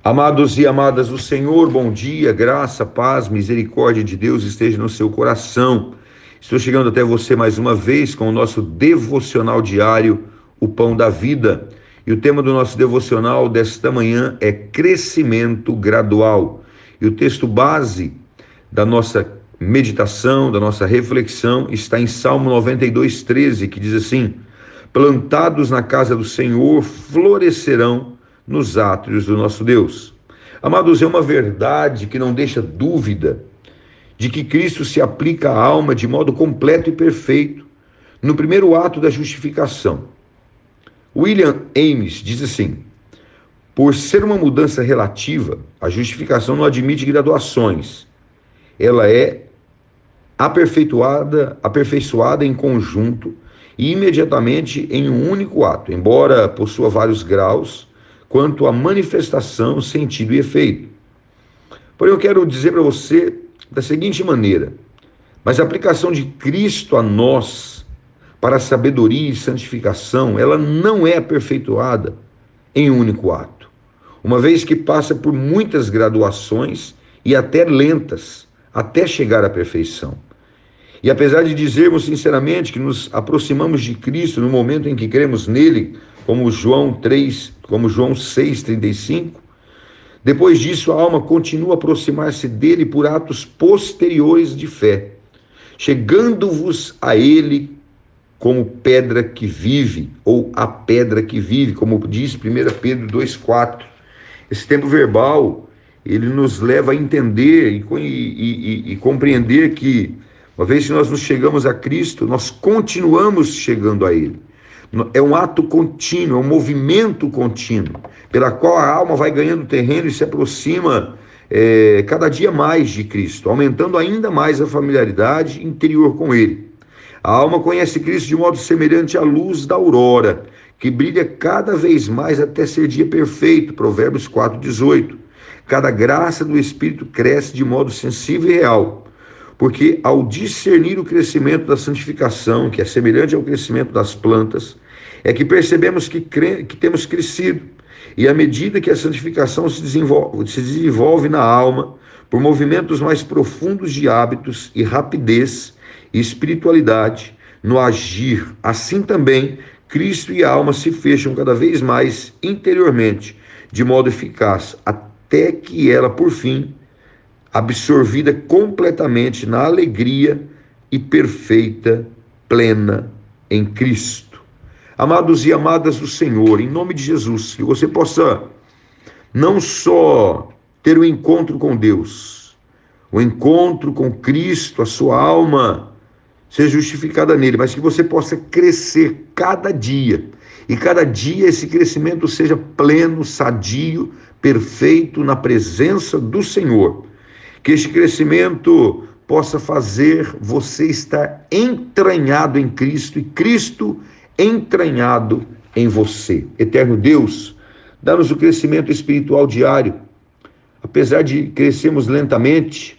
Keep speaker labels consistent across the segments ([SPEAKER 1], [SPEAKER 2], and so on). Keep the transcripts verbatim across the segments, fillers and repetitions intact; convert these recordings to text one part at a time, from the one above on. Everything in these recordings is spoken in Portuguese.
[SPEAKER 1] Amados e amadas do Senhor, bom dia, graça, paz, misericórdia de Deus esteja no seu coração. Estou chegando até você mais uma vez com o nosso devocional diário, o Pão da Vida. E o tema do nosso devocional desta manhã é crescimento gradual. E o texto base da nossa meditação, da nossa reflexão, está em Salmo noventa e dois, treze, que diz assim: plantados na casa do Senhor, florescerão nos átrios do nosso Deus. Amados, é uma verdade que não deixa dúvida de que Cristo se aplica à alma de modo completo e perfeito no primeiro ato da justificação. William Ames diz assim: por ser uma mudança relativa, a justificação não admite graduações. Ela é aperfeiçoada, aperfeiçoada em conjunto e imediatamente em um único ato, embora possua vários graus quanto à manifestação, sentido e efeito. Porém, eu quero dizer para você da seguinte maneira: mas a aplicação de Cristo a nós para a sabedoria e santificação, ela não é aperfeiçoada em um único ato, uma vez que passa por muitas graduações e até lentas, até chegar à perfeição. E apesar de dizermos sinceramente que nos aproximamos de Cristo no momento em que cremos nele, como João três, como João seis, trinta e cinco, depois disso a alma continua a aproximar-se dele por atos posteriores de fé, chegando-vos a ele como pedra que vive, ou a pedra que vive, como diz primeira Pedro dois, quatro. Esse tempo verbal, ele nos leva a entender e, e, e, e compreender que, uma vez que nós nos chegamos a Cristo, nós continuamos chegando a ele. É um ato contínuo, é um movimento contínuo, pela qual a alma vai ganhando terreno e se aproxima é, cada dia mais de Cristo, aumentando ainda mais a familiaridade interior com ele. A alma conhece Cristo de modo semelhante à luz da aurora, que brilha cada vez mais até ser dia perfeito, Provérbios quatro, dezoito. Cada graça do Espírito cresce de modo sensível e real, porque ao discernir o crescimento da santificação, que é semelhante ao crescimento das plantas, é que percebemos que, cre... que temos crescido. E à medida que a santificação se desenvolve, se desenvolve na alma, por movimentos mais profundos de hábitos e rapidez e espiritualidade no agir, assim também Cristo e a alma se fecham cada vez mais interiormente, de modo eficaz, até que ela, por fim, absorvida completamente na alegria e perfeita, plena em Cristo. Amados e amadas do Senhor, em nome de Jesus, que você possa não só ter o encontro com Deus, o encontro com Cristo, a sua alma seja justificada nele, mas que você possa crescer cada dia, e cada dia esse crescimento seja pleno, sadio, perfeito na presença do Senhor. Que este crescimento possa fazer você estar entranhado em Cristo e Cristo entranhado em você. Eterno Deus, dá-nos o crescimento espiritual diário. Apesar de crescermos lentamente,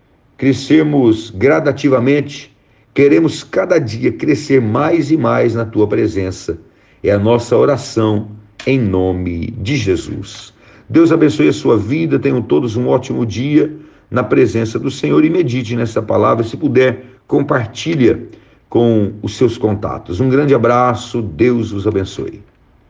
[SPEAKER 1] crescermos gradativamente, queremos cada dia crescer mais e mais na Tua presença. É a nossa oração em nome de Jesus. Deus abençoe a sua vida, tenham todos um ótimo dia na presença do Senhor e medite nessa palavra. Se puder, compartilha com os seus contatos. Um grande abraço, Deus os abençoe.